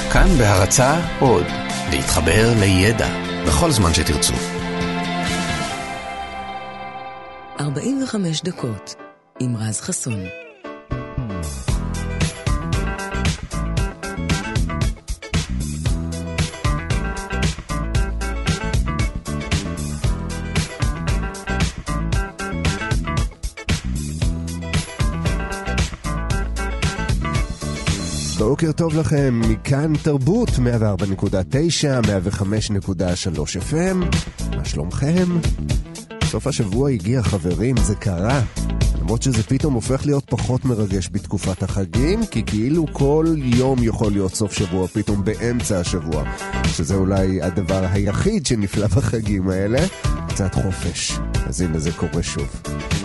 כאן בהרצאה עוד, להתחבר לידע בכל זמן שתרצו. 45 דקות עם רז חסון. בוקר טוב לכם, מכאן תרבות 104.9, 105.3 FM. מה שלומכם? סוף השבוע הגיע, חברים, זה קרה. למרות שזה פתאום הופך להיות פחות מרגש בתקופת החגים, כי כאילו כל יום יכול להיות סוף שבוע, פתאום באמצע השבוע, שזה אולי הדבר היחיד שנפלא בחגים האלה, קצת חופש. אז הנה זה קורה שוב.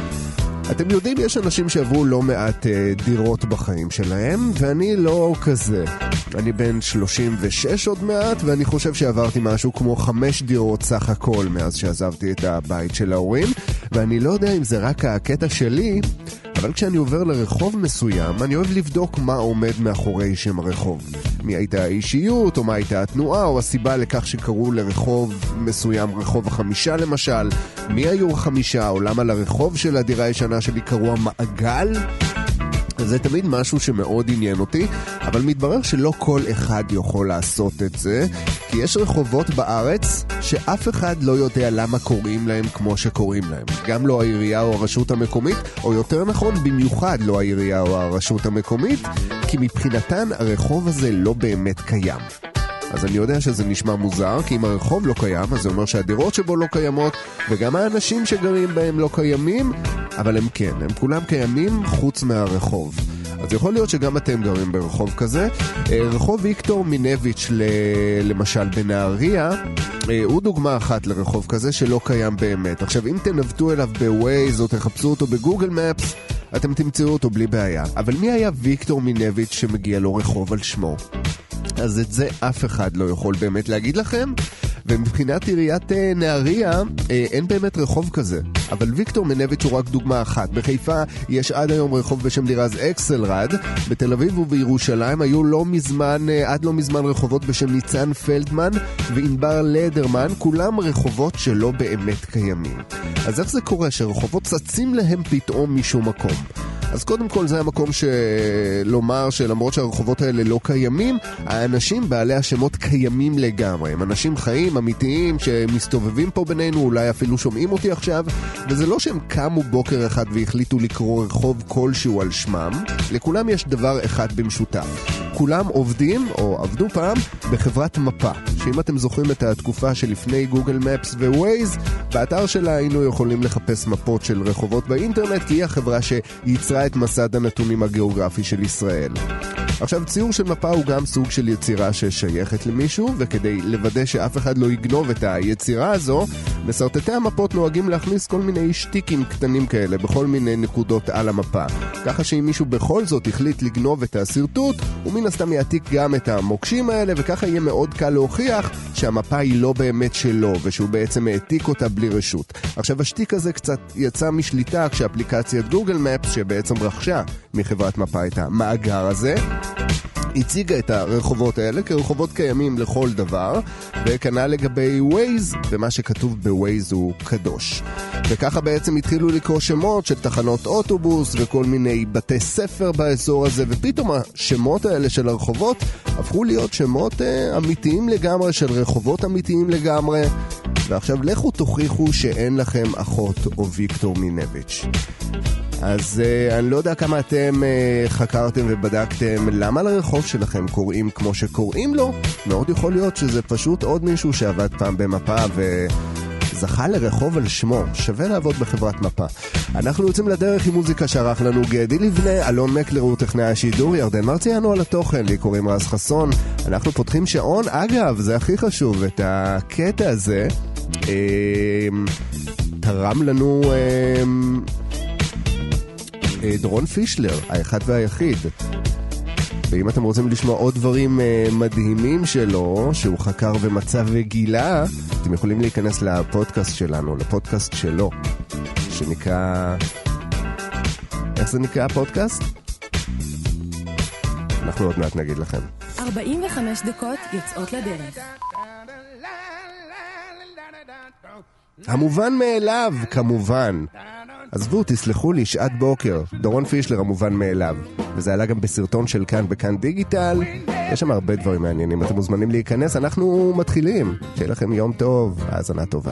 אתם יודעים, יש אנשים שעברו לא מעט דירות בחיים שלהם, ואני לא כזה. אני בן 36 עוד מעט, ואני חושב שעברתי משהו כמו 5 דירות סך הכל מאז שעזבתי את הבית של ההורים, ואני לא יודע אם זה רק הקטע שלי, אבל כשאני עובר לרחוב מסוים, אני אוהב לבדוק מה עומד מאחורי שם הרחוב. מי הייתה האישיות, או מה הייתה התנועה, או הסיבה לכך שקראו לרחוב מסוים רחוב החמישה למשל. מי היו החמישה, או למה לרחוב של הדירה הישנה שלי קראו המעגל? זה תמיד משהו שמאוד עניין אותי, אבל מתברר שלא כל אחד יכול לעשות את זה, כי יש רחובות בארץ שאף אחד לא יודע למה קוראים להם כמו שקוראים להם. גם לא העירייה או הרשות המקומית, או יותר נכון במיוחד לא העירייה או הרשות המקומית, כי מבחינתן הרחוב הזה לא באמת קיים. אז אני יודע שזה נשמע מוזר, כי אם הרחוב לא קיים, אז זה אומר שהדירות שבו לא קיימות, וגם האנשים שגרים בהם לא קיימים, אבל הם כן, הם כולם קיימים חוץ מהרחוב. אז יכול להיות שגם אתם גרים ברחוב כזה. רחוב ויקטור מינביץ' למשל בנהריה, הוא דוגמה אחת לרחוב כזה שלא קיים באמת. עכשיו, אם תנווטו אליו בווייז או תחפשו אותו בגוגל מפס, אתם תמצאו אותו בלי בעיה. אבל מי היה ויקטור מינביץ' שמגיע לו רחוב על שמו? אז את זה אף אחד לא יכול באמת להגיד לכם, ומבחינת עיריית נהריה אין באמת רחוב כזה. אבל ויקטור מינביץ' הוא רק דוגמה אחת. בחיפה יש עד היום רחוב בשם לירז אקסלרד, בתל אביב ובירושלים היו עד לא מזמן רחובות בשם ניצן פלדמן וענבר לדרמן, כולם רחובות שלא באמת קיימים. אז איך זה קורה שרחובות צצים להם פתאום משום מקום? אז קודם כל זה המקום לומר שלמרות שהרחובות האלה לא קיימים, האנשים בעלי השמות קיימים לגמרי. הם אנשים חיים, אמיתיים, שמסתובבים פה בינינו, אולי אפילו שומעים אותי עכשיו, וזה לא שהם קמו בוקר אחד והחליטו לקרוא רחוב כלשהו על שמם. לכולם יש דבר אחד במשותף. כולם עובדים, או עבדו פעם, בחברת מפה. שאם אתם זוכרים את התקופה שלפני גוגל מפס ווייז, באתר שלה היינו יכולים לחפש מפות של רחובות באינטרנט, כי היא החברה שייצרה את מסד הנתונים הגיאוגרפי של ישראל. עכשיו, ציור של מפה הוא גם סוג של יצירה ששייכת למישהו, וכדי לוודא שאף אחד לא יגנוב את היצירה הזו, מסרטטי המפות נוהגים להכניס כל מיני שטיקים קטנים כאלה בכל מיני נקודות על המפה. ככה שאם מישהו בכל זאת החליט לגנוב את הסרטוט, הוא מן הסתם יעתיק גם את המוקשים האלה, וככה יהיה מאוד קל להוכיח שהמפה היא לא באמת שלו, ושהוא בעצם העתיק אותה בלי רשות. עכשיו, השטיק הזה קצת יצא משליטה כשאפליקציית גוגל מפס, שבעצם רכשה מחברת מפה את המאגר הזה, הציגה את הרחובות האלה כרחובות קיימים לכל דבר, וכנ"ל לגבי ווייז, ומה שכתוב בווייז הוא קדוש. וככה בעצם התחילו לקרוא שמות של תחנות אוטובוס וכל מיני בתי ספר באזור הזה, ופתאום השמות האלה של הרחובות הפכו להיות שמות אמיתיים לגמרי, של רחובות אמיתיים לגמרי. ועכשיו לכו תוכיחו שאין לכם אחות או ויקטור מינביץ'. אז אני לא יודע כמה אתם חקרתם ובדקתם למה לרחוב שלכם קוראים כמו שקוראים לו. מאוד יכול להיות שזה פשוט עוד מישהו שעבד פעם במפה וזכה לרחוב על שמו. שווה לעבוד בחברת מפה. אנחנו יוצאים לדרך עם מוזיקה שערך לנו גדי לבנה, אלון מקלר הוא טכנאי השידור, ירדן מרציאנו על התוכן, לי קוראים רז חסון. אנחנו פותחים שעון. אגב, זה הכי חשוב, את הקטע הזה תרם לנו דרון פישלר, האחד והיחיד. ואם אתם רוצים לשמוע עוד דברים מדהימים שלו, שהוא חקר ומצא וגילה, אתם יכולים להיכנס לפודקאסט שלנו, לפודקאסט שלו, שנקרא... איך זה נקרא הפודקאסט? אנחנו עוד מעט נגיד לכם. 45 דקות יוצאות לדרך. המובן מאליו, כמובן. עזבו, תסלחו לי, שעת בוקר. דורון פישלר, המובן מאליו. וזה עלה גם בסרטון של כאן בכאן דיגיטל. יש שם הרבה דברים מעניינים. אתם מוזמנים להיכנס, אנחנו מתחילים. שיהיה לכם יום טוב, האזנה טובה.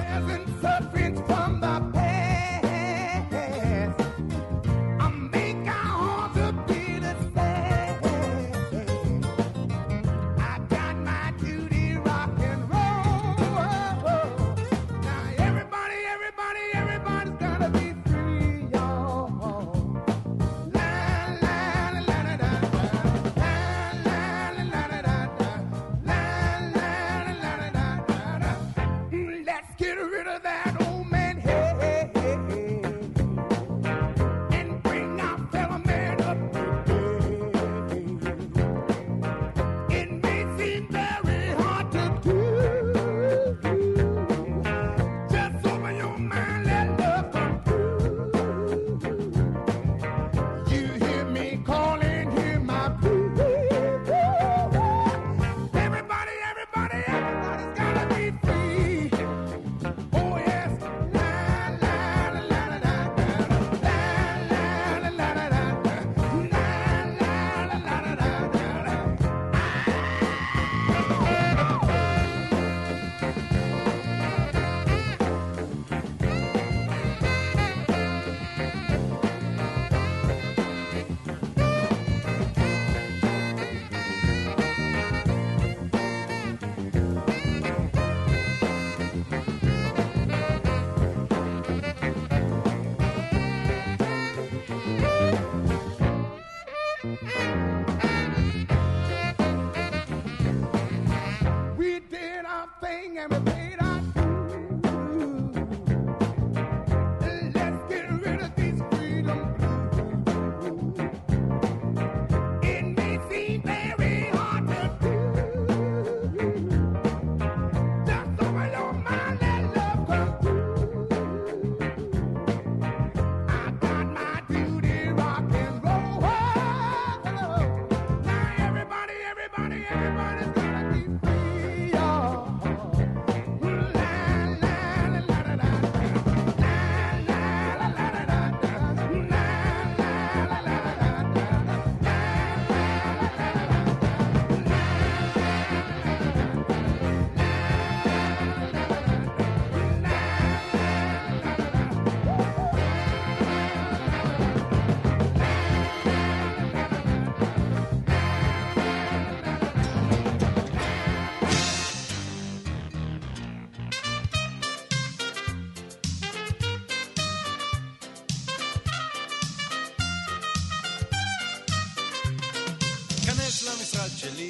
למשרד שלי,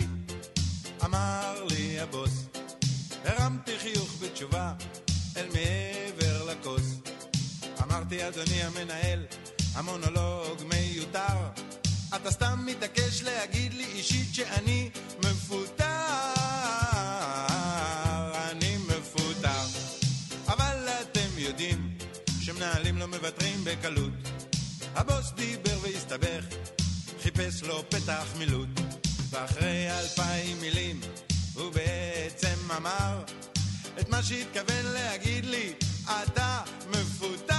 אמר לי הבוס, הרמתי חיוך בתשובה אל מעבר לכוס. אמרתי אדוני המנהל, המונולוג מיותר, אתה סתם מתעקש להגיד לי אישית שאני מפוטר. אני מפוטר, אבל אתם יודעים שמנהלים לא מבטרים בקלות. הבוס דיבר והסתבך, חיפש לו פתח מילוט, ואחרי 2000 מילים הוא בעצם אמר את מה שהתכוון להגיד לי, אתה מפוטר,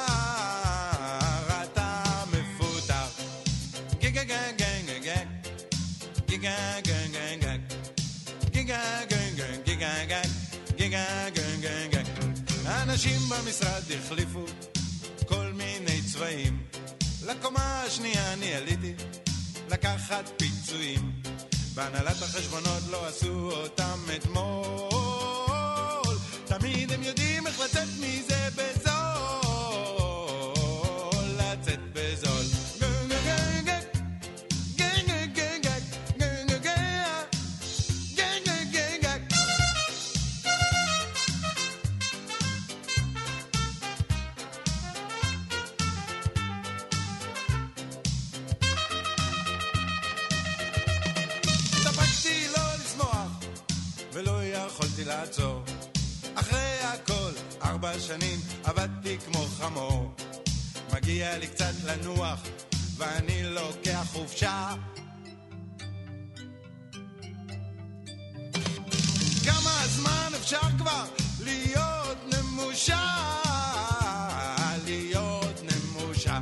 אתה מפוטר. גיגה גנג גנג גנג גיגה גנג גנג גנג גיגה גנג גנג גיגה גנג גיגה גנג גנג גנג. האנשים במשרד החליפו כל מיני צבעים, לקומה השנייה אני עליתי לקחת פיצויים, בהנהלת החשבונות לא עשו אותם אתמול, תמיד הם יודעים איך לצאת מזה בזול, לצאת בזול. יכולתי לעצור, אחרי הכל 4 שנים עבדתי כמו חמור, מגיע לי קצת לנוח ואני לוקח חופשה. אפשר כבר להיות נמושה, להיות נמושה.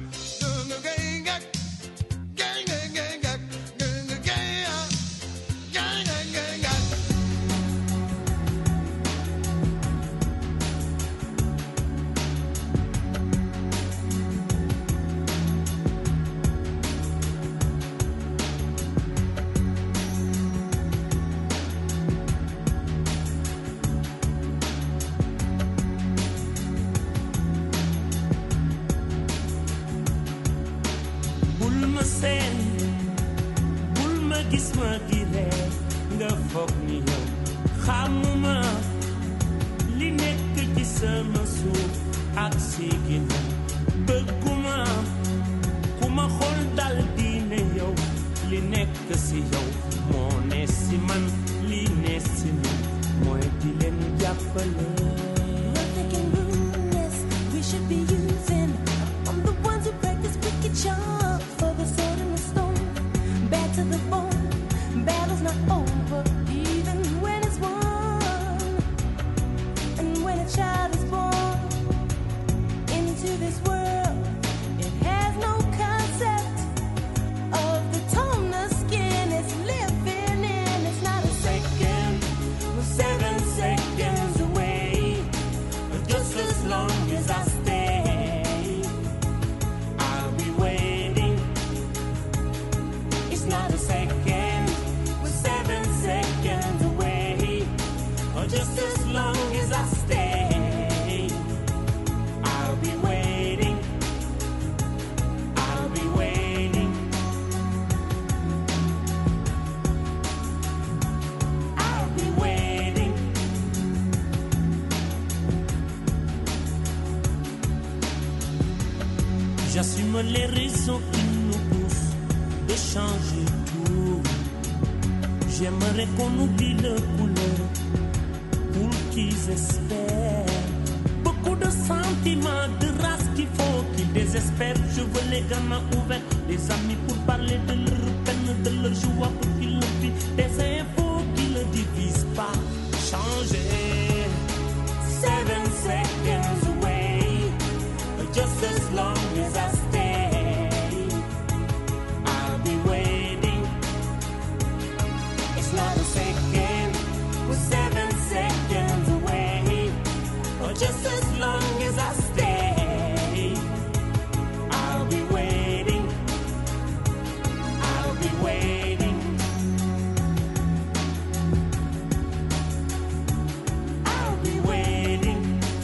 J'assume les raisons qui nous poussent de changer tout. J'aimerais qu'on oublie le couleur pour qu'ils espèrent. Beaucoup de sentiments, de race qu'il faut qu'ils désespèrent. Je veux les gamins ouverts, des amis pour parler de leur peine, de leur joie pour qu'ils le vivent. Des infos qui ne divisent pas. Changer. 7 seconds away, just as long as I stay, I'll be waiting. It's not a second, we're 7 seconds away, or just as long as I stay, I'll be waiting. I'll be waiting. I'll be waiting.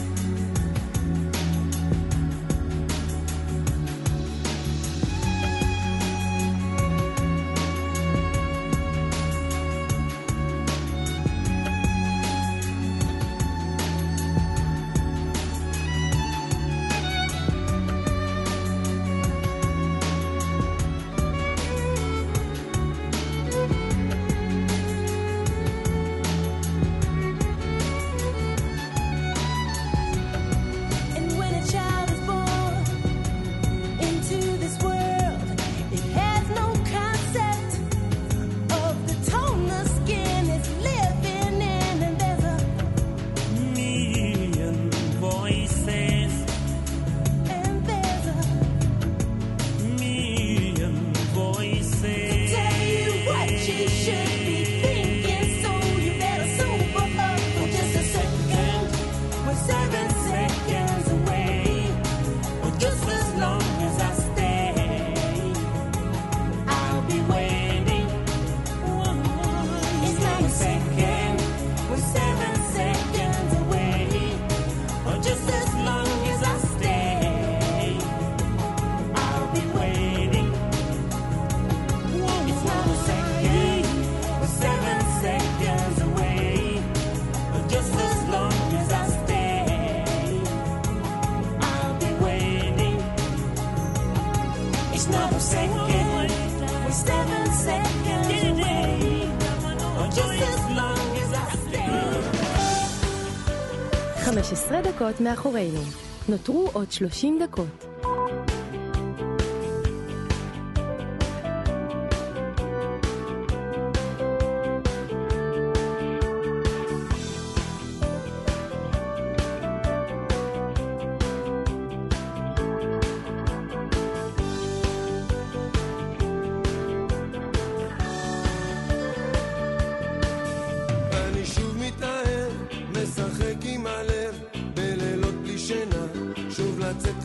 דקות מאחורינו. נותרו עוד 30 דקות.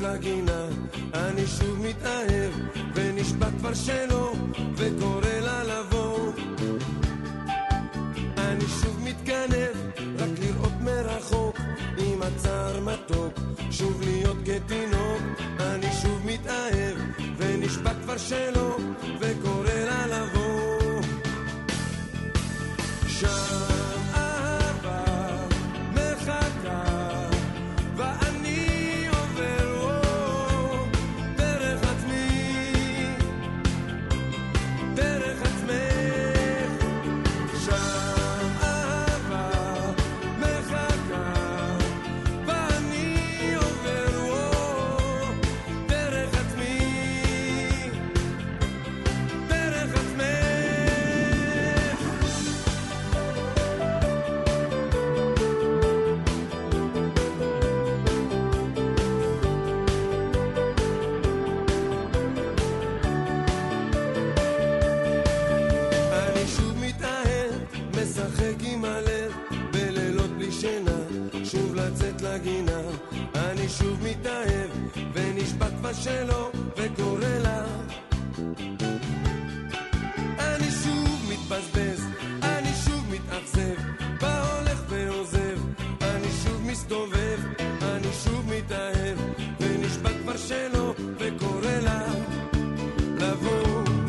לגינה, אני שוב מתאהב ונשבע כבר שלא וקורא לה לבוא. אני שוב מתגנב רק לראות מרחוק עם הצער מתוק, שוב להיות כתינוק. אני שוב מתאהב ונשבע כבר שלא וקורא לה לבוא. שם לגינה, אני שוב מתאהב ונשבע כבר שלא וקורא לה. אני שוב מתבזבז, אני שוב מתאכזב, בא הולך ועוזב, אני שוב מסתובב, אני שוב מתאהב ונשבע כבר שלא וקורא לה לבוא.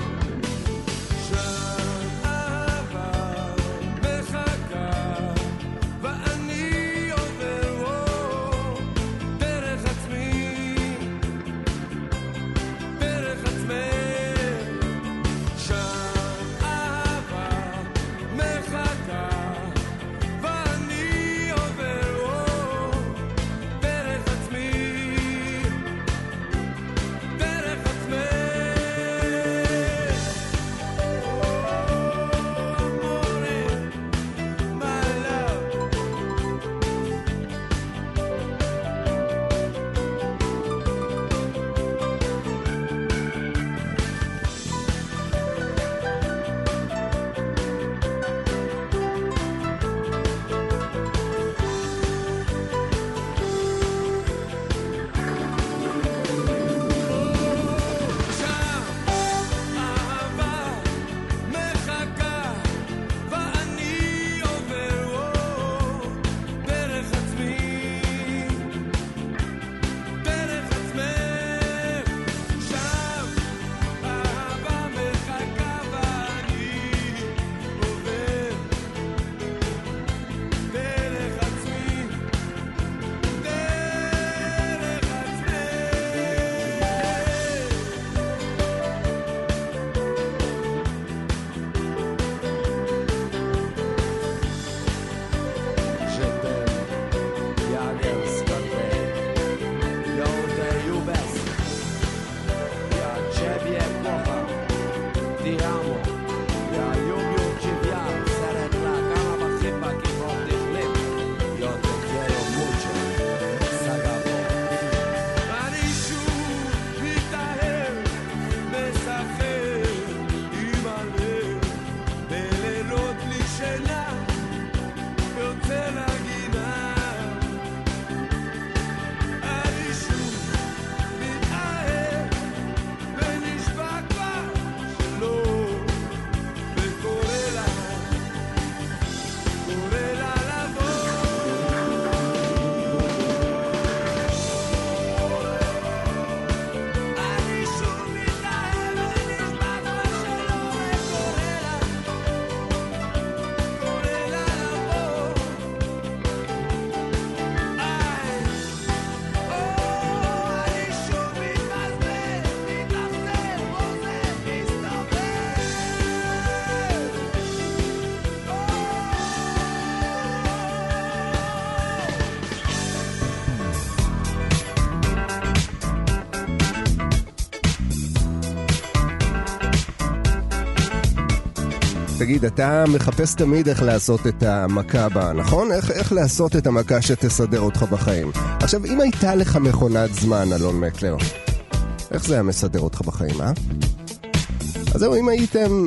תגיד, אתה מחפש תמיד איך לעשות את המכה הבאה, נכון? איך לעשות את המכה שתסדר אותך בחיים. עכשיו, אם הייתה לך מכונת זמן, אלון מקלר, איך זה היה מסדר אותך בחיים, אה? אז זהו,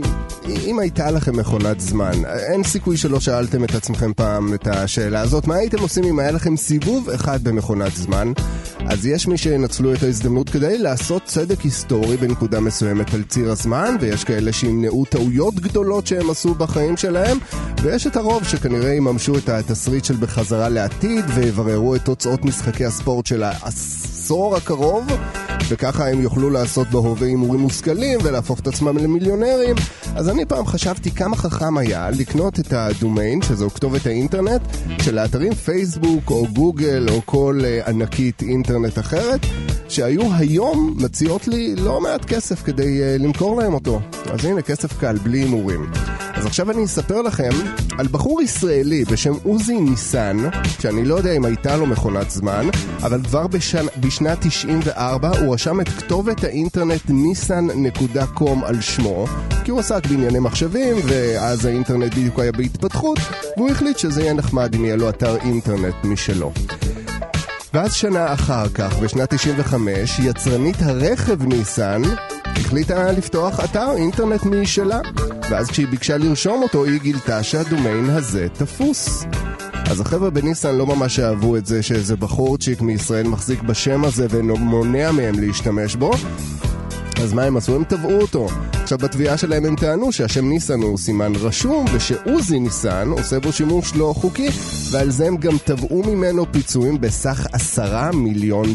אם הייתה לכם מכונת זמן, אין סיכוי שלא שאלתם את עצמכם פעם את השאלה הזאת, מה הייתם עושים אם היה לכם סיבוב אחד במכונת זמן? אז יש מי שינצלו את ההזדמנות כדי לעשות צדק היסטורי בנקודה מסוימת על ציר הזמן, ויש כאלה שימנעו טעויות גדולות שהם עשו בחיים שלהם, ויש את הרוב שכנראה יממשו את התסריט של בחזרה לעתיד, ויבררו את תוצאות משחקי הספורט של העשור הקרוב, וככה הם יוכלו לעשות בהווה הימורים מושכלים ולהפוך את עצמם למיליונרים. אז אני פעם חשבתי כמה חכם היה לקנות את הדומיין, שזו כתובת האינטרנט, של האתרים פייסבוק או גוגל או כל ענקית אינטרנט אחרת, שהיו היום מציעות לי לא מעט כסף כדי למכור להם אותו. אז הנה, כסף קל, בלי הימורים. אז עכשיו אני אספר לכם על בחור ישראלי בשם עוזי ניסן, שאני לא יודע אם הייתה לו מכונת זמן, אבל כבר בשנת 94 הוא רשם את כתובת האינטרנט nissan.com על שמו, כי הוא עסק בענייני מחשבים, ואז האינטרנט בדיוק היה בהתפתחות, והוא החליט שזה יהיה נחמד אם יהיה לו אתר אינטרנט משלו. ואז שנה אחר כך, בשנת 95, יצרנית הרכב ניסן החליטה לפתוח אתר אינטרנט משלה, ואז כשהיא ביקשה לרשום אותו, היא גילתה שהדומיין הזה תפוס. אז החבר'ה בניסן לא ממש אהבו את זה שאיזה בחורצ'יק מישראל מחזיק בשם הזה ומונע מהם להשתמש בו. אז מה הם עשו? הם טבעו אותו. עכשיו בתביעה שלהם הם טענו שהשם ניסן הוא סימן רשום, ושעוזי ניסן עושה בו שימוש לא חוקי, ועל זה הם גם טבעו ממנו פיצויים בסך $10 מיליון.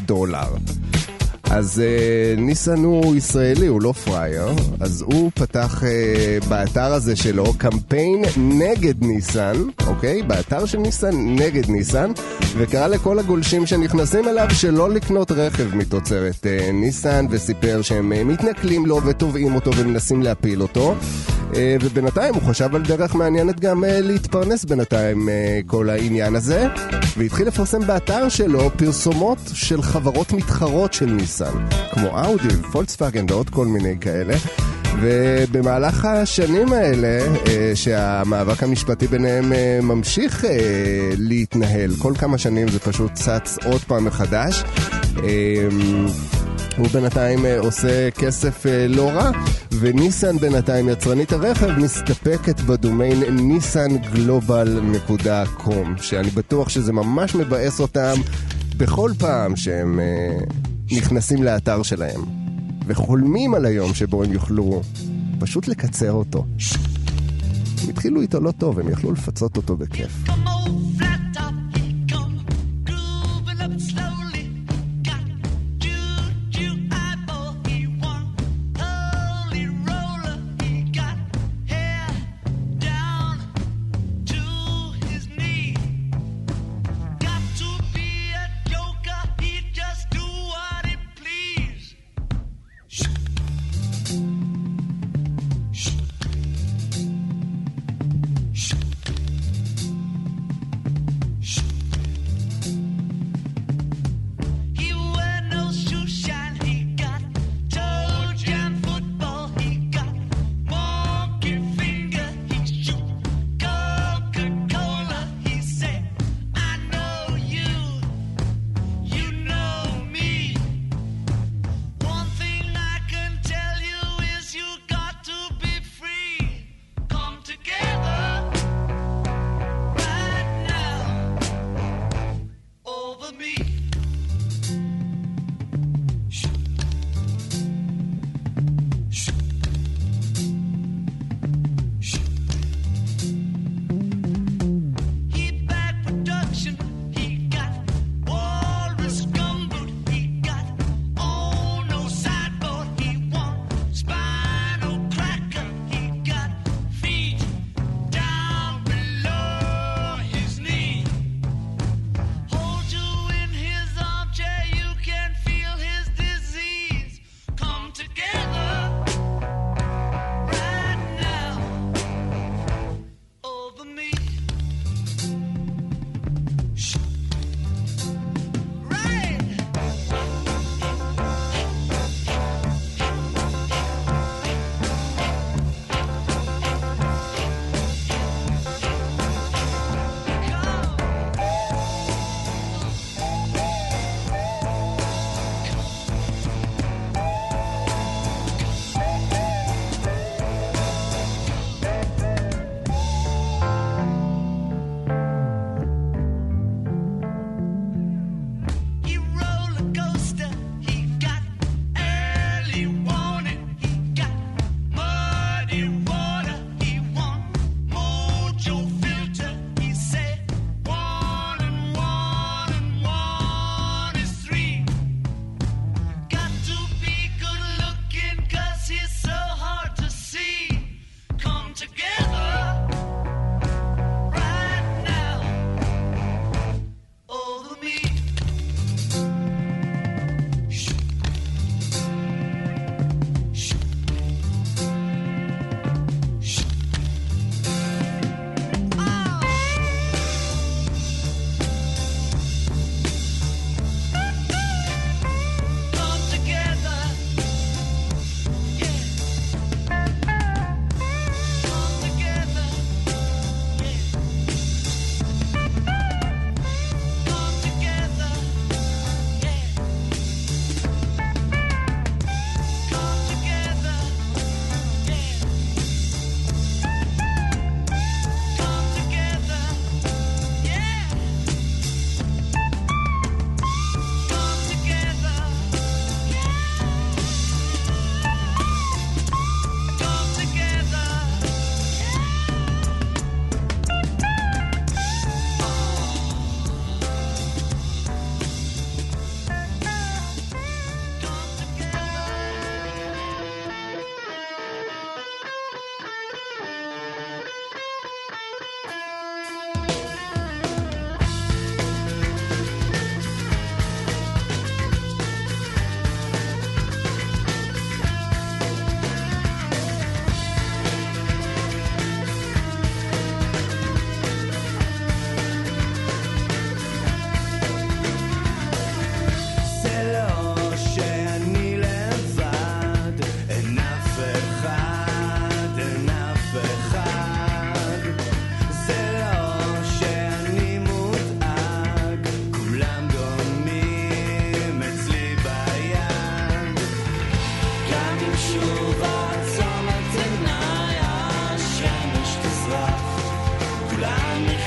אז ניסן הוא ישראלי, הוא לא פרייר, אז הוא פתח באתר הזה שלו קמפיין נגד ניסן, אוקיי? באתר של ניסן נגד ניסן, וקרא לכל הגולשים שנכנסים אליו שלא לקנות רכב מתוצרת ניסן, וסיפר שהם מתנכלים לו וטובעים אותו ומנסים להפיל אותו. ובינתיים הוא חשב על דרך מעניינת גם להתפרנס בינתיים כל העניין הזה, והתחיל לפרסם באתר שלו פרסומות של חברות מתחרות של ניסן, כמו אאודי ופולקסווגן ועוד כל מיני כאלה. ובמהלך השנים האלה שהמאבק המשפטי ביניהם ממשיך להתנהל, כל כמה שנים זה פשוט צץ עוד פעם מחדש, הוא בינתיים עושה כסף לא רע, וניסן בינתיים יצרנית הרכב מסתפקת בדומיין nissanglobal.com, שאני בטוח שזה ממש מבאס אותם בכל פעם שהם נכנסים לאתר שלהם, וחולמים על היום שבו הם יוכלו פשוט לקצר אותו. הם התחילו איתו לא טוב, הם יכלו לפצות אותו בכיף.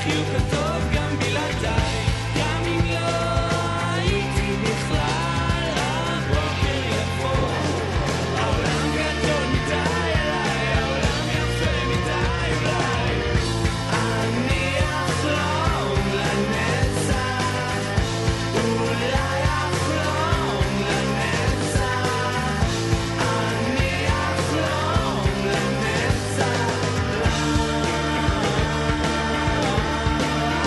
החיוך הטוב גם בלעדיי, גם אם לא הייתי בכלל, הבוקר יבוא. העולם גדול מדי אליי, העולם יפה מדי אולי, אני אחלום לנצח, אולי אחלום לנצח, אני אחלום לנצח.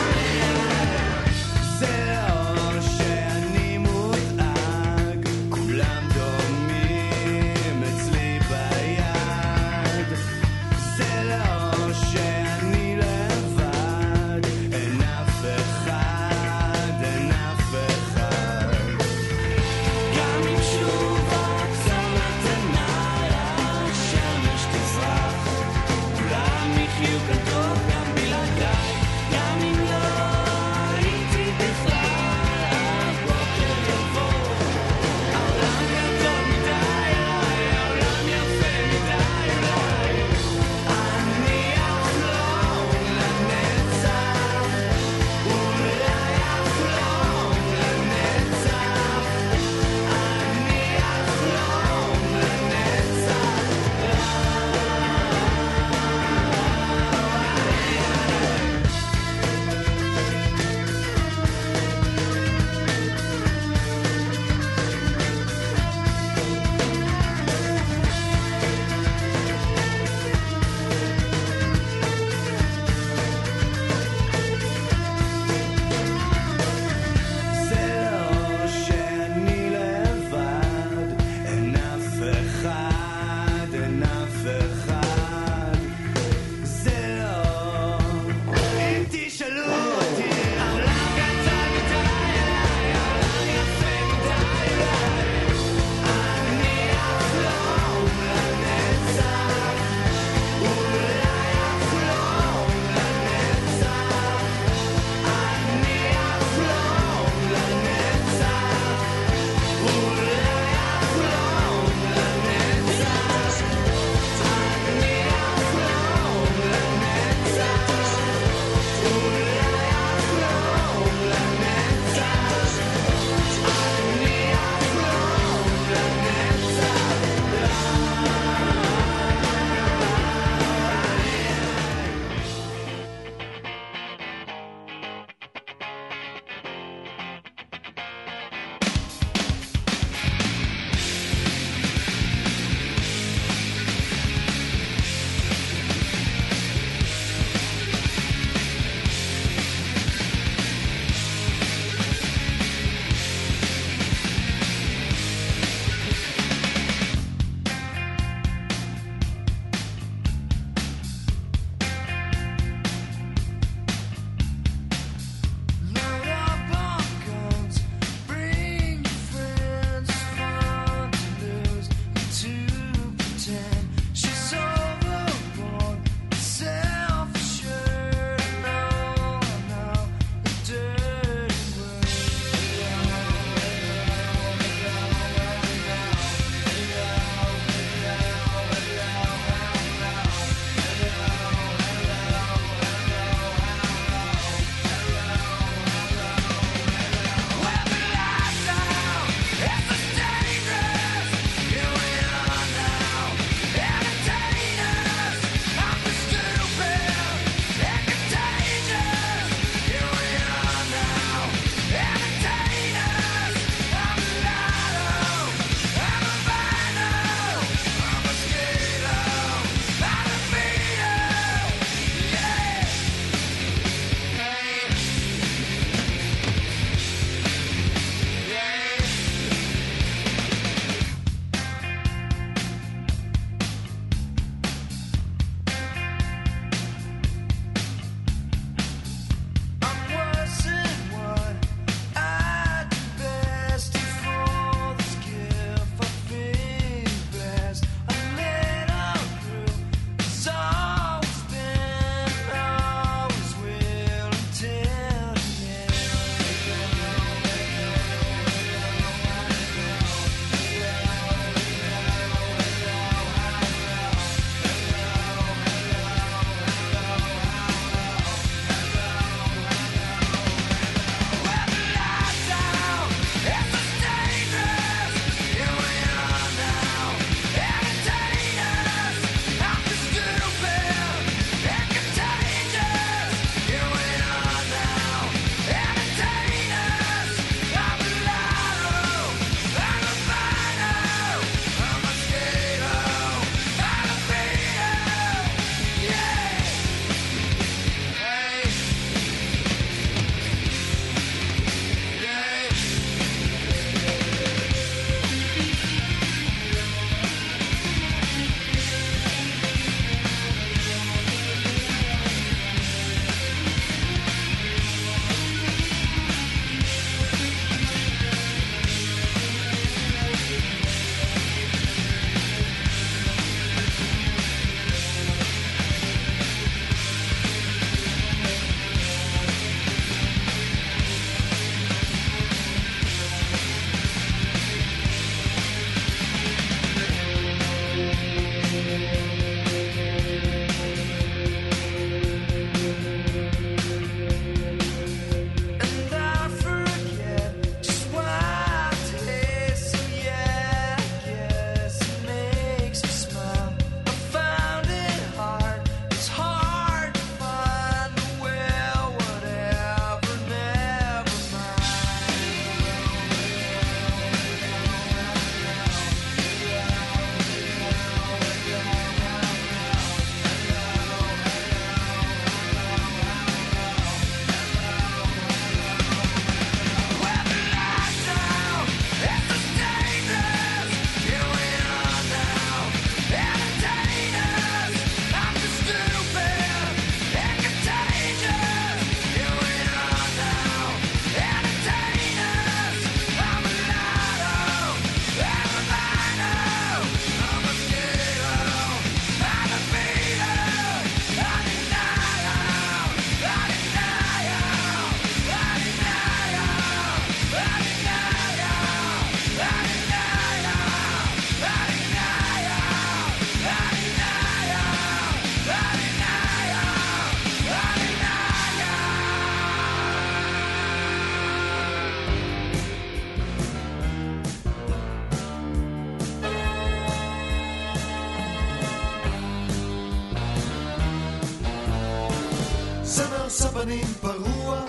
ספנים פרוע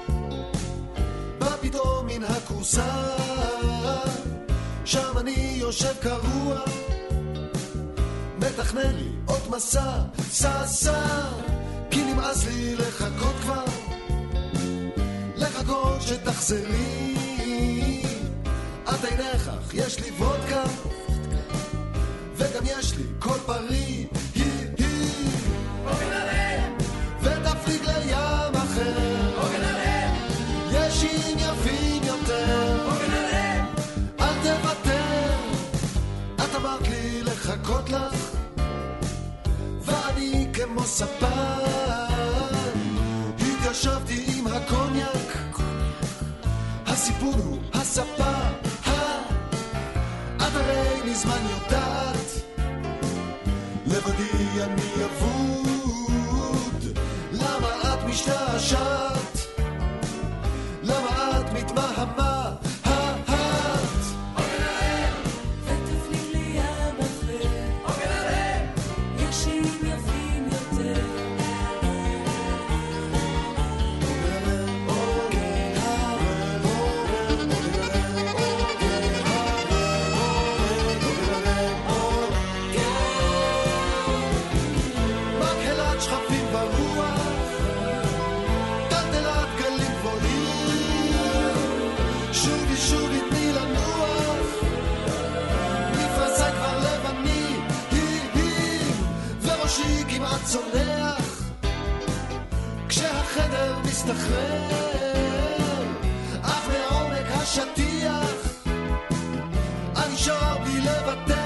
בפתאום מן הכורסה שם אני יושב קרוע מתכנן לי עוד מסע סע כי נמאס לי לחכות כבר לחכות שתחזרי את אינך יש לי וודקה וגם יש לי כל פרי ותפליג לים אחר יש שים יפים יותר אל תוותר את אמרת לי לחכות לך ואני כמו ספן התיישבתי עם הקוניאק הסיפור הוא הספה את הרי מזמן יודעת לבדי אני אבוד למה את משתעשעת למה את מתמהמה צונח כשהחדר מסתחרר אך מעומק השטיח אני שר בלי לוותר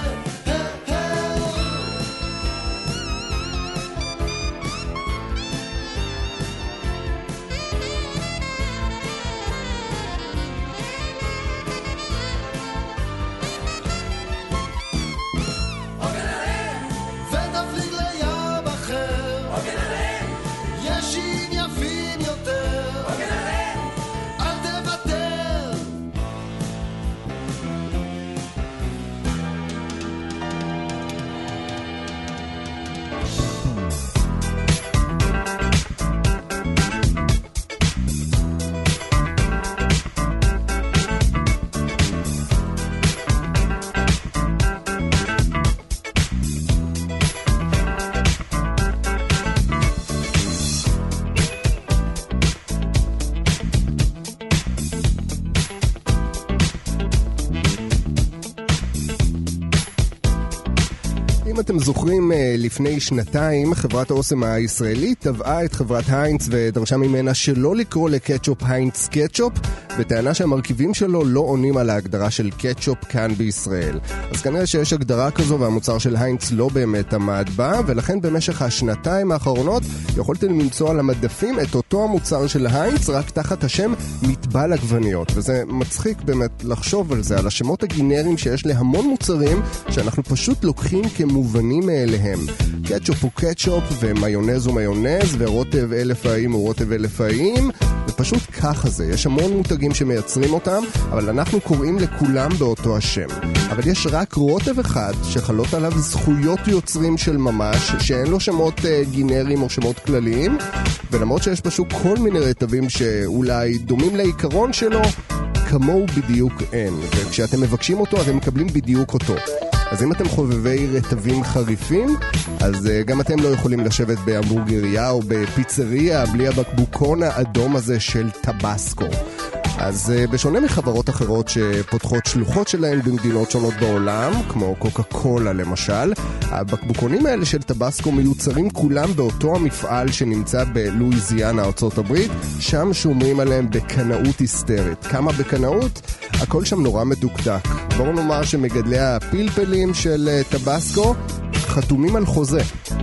אתם זוכרים, לפני שנתיים חברת האוסם הישראלית תבעה את חברת היינץ ודרשה ממנה שלא לקרוא לקטשופ היינץ קטשופ בטענה שהמרכיבים שלו לא עונים על ההגדרה של קטשופ כאן בישראל. אז כנראה שיש הגדרה כזו והמוצר של היינץ לא באמת עמד בה, ולכן במשך השנתיים האחרונות יכולתם למצוא על המדפים את אותו המוצר של היינץ רק תחת השם מטבל עגבניות, וזה מצחיק באמת לחשוב על זה, על השמות הגנריים שיש להמון מוצרים שאנחנו פשוט לוקחים כמובנים מאליהם. קטשופ הוא קטשופ ומיונז הוא מיונז ורוטב אלף האיים הוא רוטב אלף האיים, ופשוט ככה זה. יש המון מותגים שמייצרים אותם, אבל אנחנו קוראים לכולם באותו השם. אבל יש רק רוטב אחד שחלות עליו זכויות יוצרים של ממש, שאין לו שמות גנריים או שמות כלליים, ולמרות שיש פשוט כל מיני רטבים שאולי דומים לעיקרון שלו, כמוהו בדיוק אין. וכשאתם מבקשים אותו, אתם מקבלים בדיוק אותו. אז אם אתם חובבי רטבים חריפים, אז גם אתם לא יכולים לשבת בהמבורגריה או בפיצריה בלי הבקבוקון האדום הזה של טבסקו. אז בשונה מחברות אחרות שפותחות שלוחות שלהן במדינות שונות בעולם, כמו קוקה קולה למשל, הבקבוקונים האלה של טבסקו מיוצרים כולם באותו המפעל שנמצא בלואיזיאנה, ארצות הברית, שם שומרים עליהם בקנאות היסטרית. כמה בקנאות? הכל שם נורא מדוקדק. בואו נאמר שמגדלי הפלפלים של טבסקו חתומים על חוזה.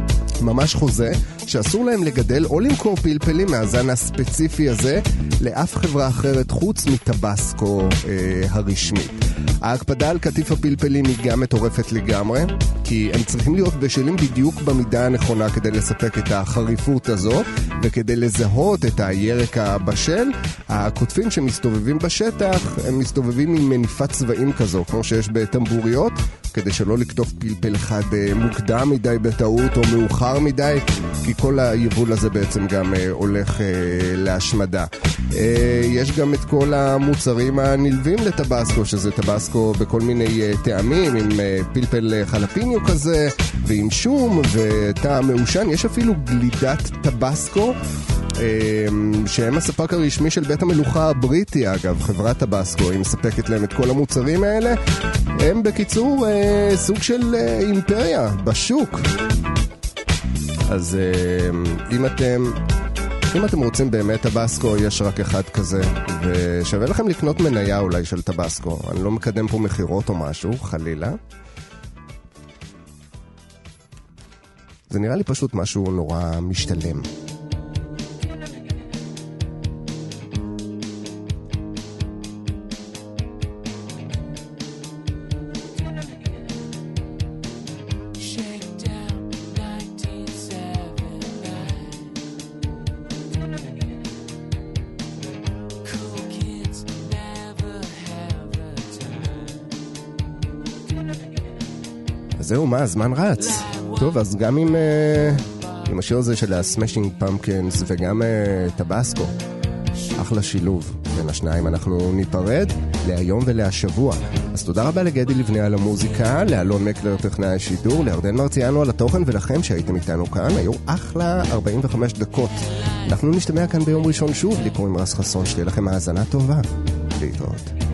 ממש חוזה שאסור להם לגדל או למכור פלפלים מהזן הספציפי הזה לאף חברה אחרת חוץ מטבסקו הרשמית. ההקפדה על כתיף הפלפלים היא גם מטורפת לגמרי, כי הם צריכים להיות בשלים בדיוק במידה הנכונה כדי לספק את החריפות הזו, וכדי לזהות את הירק הבשל, הכותפים שמסתובבים בשטח, הם מסתובבים עם מניפת צבעים כזו, כמו שיש בטמבוריות, כדי שלא לקטוף פלפל אחד מוקדם מדי בטעות או מאוחר מדי, כי כל היבול הזה בעצם גם הולך להשמדה. יש גם את כל המוצרים הנלווים לטבסקו, שזה טבסקו בכל מיני טעמים, עם פלפל חלפיניו כזה, ועם שום וטעם מעושן. יש אפילו גלידת טבסקו, שהם הספק הרשמי של בית המלוכה הבריטי. אגב, חברת טבסקו היא מספקת להם את כל המוצרים האלה. הם בקיצור סוג של אימפריה בשוק. אז אם אתם רוצים באמת טבסקו, יש רק אחד כזה, ושווה לכם לקנות מניה אולי של טבסקו. אני לא מקדם פה מחירות או משהו, חלילה. זה נראה לי פשוט משהו נורא משתלם. זהו, מה, הזמן רץ. טוב, אז גם עם השיר הזה של ה-Smashing Pumpkins וגם טבסקו, אחלה שילוב בין השניים. אנחנו ניפרד להיום ולהשבוע. אז תודה רבה לגדי לבני על המוזיקה, לאלון מקלר טכנאי השידור, לירדן מרציאנו על התוכן, ולכם שהייתם איתנו כאן. היו אחלה 45 דקות. אנחנו נשתמע כאן ביום ראשון שוב, לי קוראים רס חסון, שתהיה לכם האזנה טובה. להתראות.